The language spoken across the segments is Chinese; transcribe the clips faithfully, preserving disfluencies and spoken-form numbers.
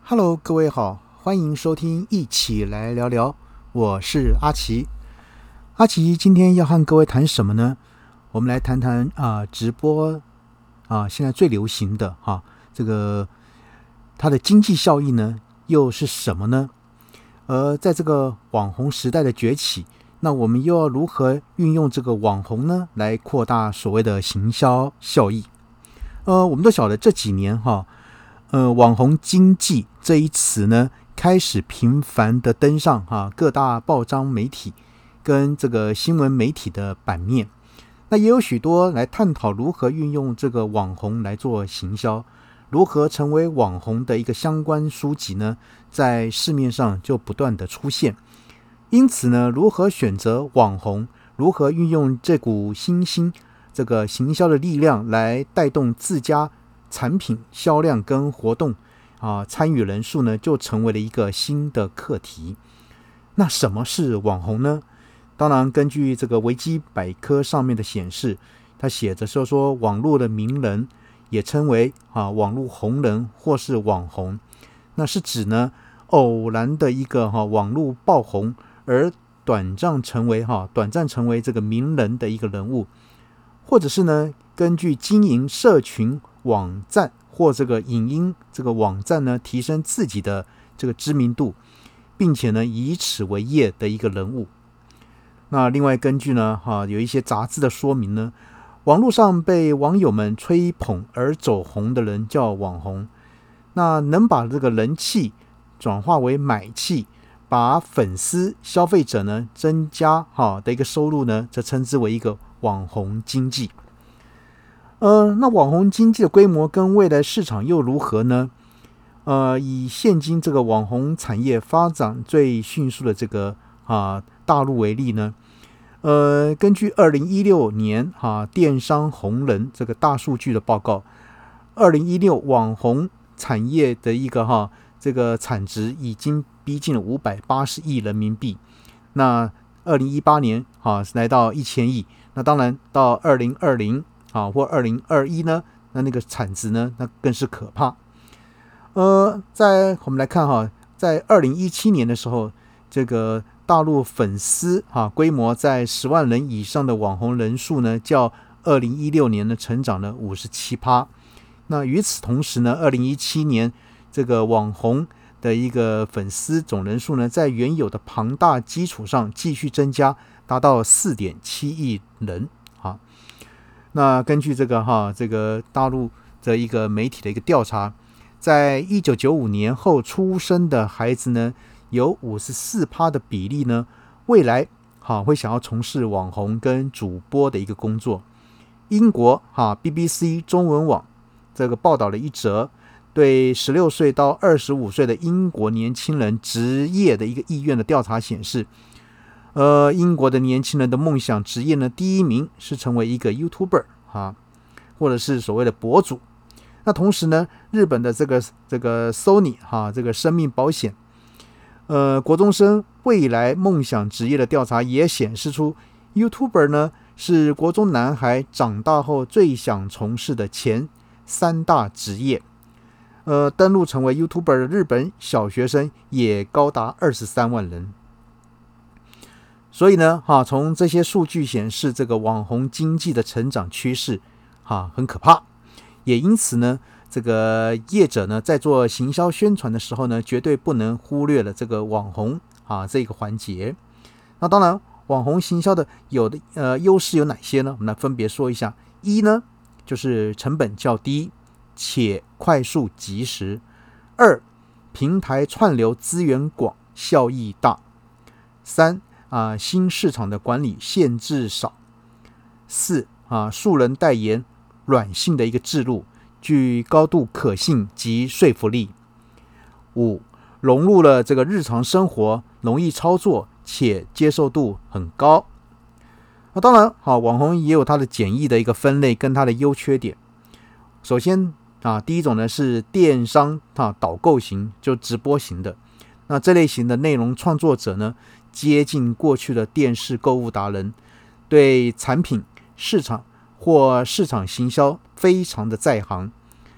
Hello，各位好，欢迎收听一起来聊聊，我是阿奇。阿奇今天要和各位谈什么呢？我们来谈谈啊、呃，直播啊，现在最流行的哈、啊，这个它的经济效益呢又是什么呢？而在这个网红时代的崛起，那我们又要如何运用这个网红呢，来扩大所谓的行销效益？呃，我们都晓得这几年哈。呃，网红经济这一词呢，开始频繁的登上哈、啊、各大报章媒体跟这个新闻媒体的版面。那也有许多来探讨如何运用这个网红来做行销，如何成为网红的一个相关书籍呢，在市面上就不断的出现。因此呢，如何选择网红，如何运用这股新兴这个行销的力量来带动自家产品销量跟活动啊，参与人数呢，就成为了一个新的课题。那什么是网红呢？当然，根据这个维基百科上面的显示，它写着说说网络的名人也称为啊网络红人或是网红，那是指呢偶然的一个哈、啊、网络爆红而短暂成为哈、啊、短暂成为这个名人的一个人物，或者是呢根据经营社群网站或这个影音这个网站呢，提升自己的这个知名度，并且呢以此为业的一个人物。那另外根据呢哈、啊、有一些杂志的说明呢，网络上被网友们吹捧而走红的人叫网红。那能把这个人气转化为买气，把粉丝消费者呢增加哈、啊、的一个收入呢，则称之为一个网红经济。呃，那网红经济的规模跟未来市场又如何呢？呃，以现今这个网红产业发展最迅速的这个啊大陆为例呢，呃，根据二零一六年哈、啊、电商红人这个大数据的报告，二零一六网红产业的一个哈、啊、这个产值已经逼近了五百八十亿人民币。那二零一八年哈、啊、来到一千亿，那当然到二零二零。啊，或二零二一呢，那那个产值呢，那更是可怕。呃，在我们来看哈，在二零一七年的时候，这个大陆粉丝哈规模在十万人以上的网红人数呢，较二零一六年呢成长了五十七趴。那与此同时呢，二零一七年这个网红的一个粉丝总人数呢，在原有的庞大基础上继续增加，达到四点七亿人。那根据这个哈，这个大陆的一个媒体的一个调查，在一九九五年后出生的孩子呢，有 百分之五十四 的比例呢，未来哈会想要从事网红跟主播的一个工作。英国哈 B B C 中文网这个报道了一则对十六岁到二十五岁的英国年轻人职业的一个意愿的调查显示。呃，英国的年轻人的梦想职业呢，第一名是成为一个 YouTuber 哈，或者是所谓的博主。那同时呢，日本的这个这个 Sony 哈，这个生命保险，呃，国中生未来梦想职业的调查也显示出 YouTuber 呢是国中男孩长大后最想从事的前三大职业。呃，登录成为 YouTuber 的日本小学生也高达二十三万人。所以呢，哈，从这些数据显示，这个网红经济的成长趋势，哈，很可怕。也因此呢，这个业者呢，在做行销宣传的时候呢，绝对不能忽略了这个网红啊这个环节。那当然，网红行销的有的呃优势有哪些呢？我们来分别说一下。一呢，就是成本较低，且快速及时。二，平台串流资源广，效益大。三。啊，新市场的管理限制少。四啊，素人代言软性的一个制度，具高度可信及说服力。五，融入了这个日常生活，容易操作且接受度很高。那当然，好，网红也有它的简易的一个分类跟它的优缺点。首先啊，第一种呢是电商啊导购型，就直播型的。那这类型的内容创作者呢，接近过去的电视购物达人，对产品、市场或市场行销非常的在行，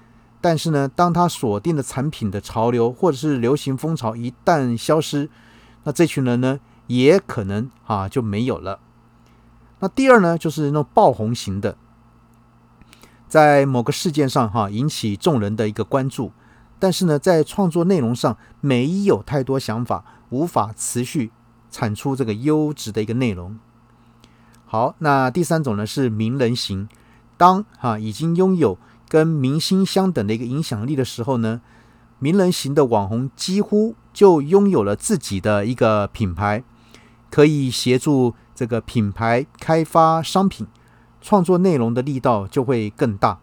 但是呢，当他锁定的产品的潮流或者是流行风潮一旦消失，那这群人呢也可能啊就没有了。那第二呢，就是那种爆红型的，在某个事件上哈引起众人的一个关注，但是呢，在创作内容上没有太多想法，无法持续产出这个优质的一个内容。好，那第三种呢是名人型，当哈已经拥有跟明星相等的一个影响力的时候呢，名人型的网红几乎就拥有了自己的一个品牌，可以协助这个品牌开发商品，创作内容的力道就会更大。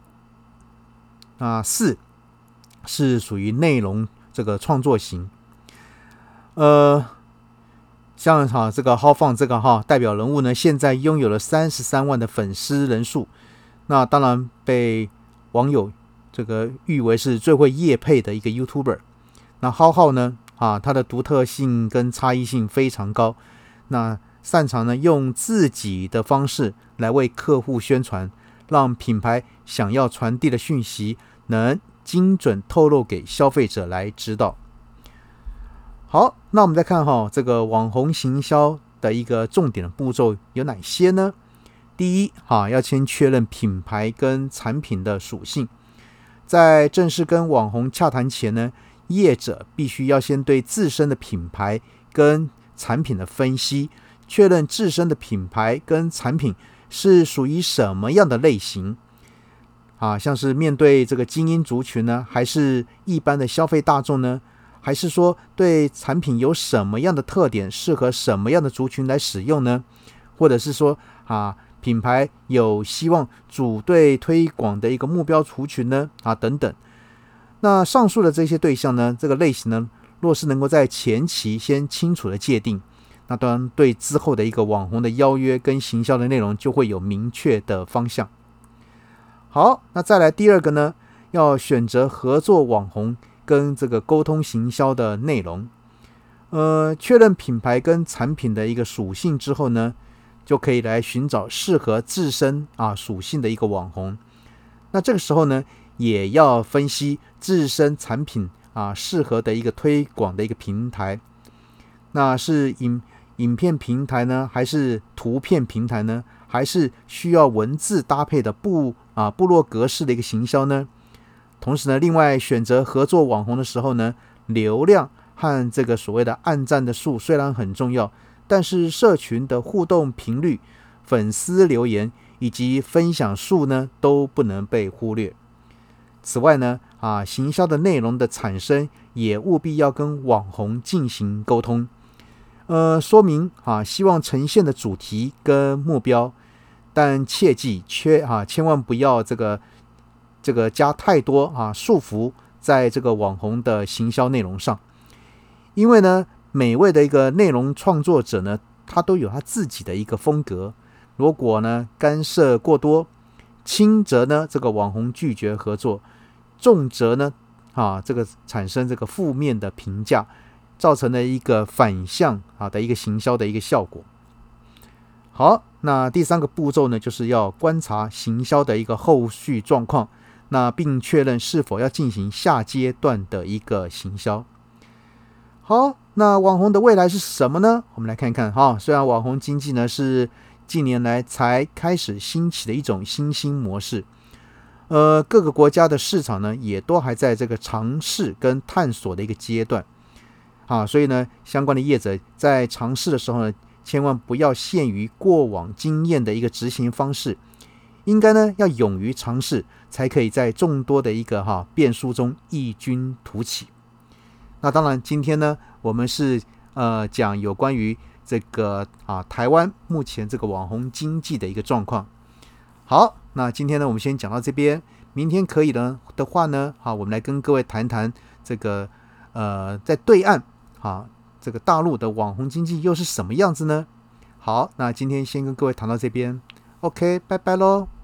那四是属于内容这个创作型，呃，像哈这个浩放这个哈代表人物呢，现在拥有了三十三万的粉丝人数，那当然被网友这个誉为是最会业配的一个 YouTuber。那浩浩呢，啊，他的独特性跟差异性非常高，那擅长呢用自己的方式来为客户宣传，让品牌想要传递的讯息能精准透露给消费者来知道。好，那我们再看哈这个网红行销的一个重点的步骤有哪些呢？第一，哈要先确认品牌跟产品的属性，在正式跟网红洽谈前呢，业者必须要先对自身的品牌跟产品的分析，确认自身的品牌跟产品是属于什么样的类型啊，像是面对这个精英族群呢，还是一般的消费大众呢？还是说对产品有什么样的特点，适合什么样的族群来使用呢？或者是说啊，品牌有希望组队推广的一个目标族群呢？啊，等等。那上述的这些对象呢，这个类型呢，若是能够在前期先清楚的界定，那当然对之后的一个网红的邀约跟行销的内容就会有明确的方向。好，那再来第二个呢，要选择合作网红跟这个沟通行销的内容。呃，确认品牌跟产品的一个属性之后呢，就可以来寻找适合自身啊属性的一个网红。那这个时候呢，也要分析自身产品啊适合的一个推广的一个平台。那是影影片平台呢，还是图片平台呢？还是需要文字搭配的部啊部落格式的一个行销呢？同时呢，另外选择合作网红的时候呢，流量和这个所谓的按赞的数虽然很重要，但是社群的互动频率、粉丝留言以及分享数呢，都不能被忽略。此外呢，啊，行销的内容的产生也务必要跟网红进行沟通，呃，说明啊，希望呈现的主题跟目标，但切记缺啊，千万不要这个这个加太多啊束缚在这个网红的行销内容上，因为呢，每位的一个内容创作者呢，他都有他自己的一个风格，如果呢干涉过多，轻则呢这个网红拒绝合作，重则呢啊这个产生这个负面的评价，造成了一个反向啊的一个行销的一个效果。好，那第三个步骤呢，就是要观察行销的一个后续状况，那并确认是否要进行下阶段的一个行销。好，那网红的未来是什么呢？我们来看一看哈。虽然网红经济呢是近年来才开始兴起的一种新兴模式，呃，各个国家的市场呢也都还在这个尝试跟探索的一个阶段啊，所以呢，相关的业者在尝试的时候呢，千万不要限于过往经验的一个执行方式，应该呢要勇于尝试，才可以在众多的一个哈变数中异军突起。那当然，今天呢，我们是呃讲有关于这个啊台湾目前这个网红经济的一个状况。好，那今天呢，我们先讲到这边。明天可以呢的话呢，好，我们来跟各位谈谈这个呃在对岸啊这个大陆的网红经济又是什么样子呢？好，那今天先跟各位谈到这边 ，OK， 拜拜喽。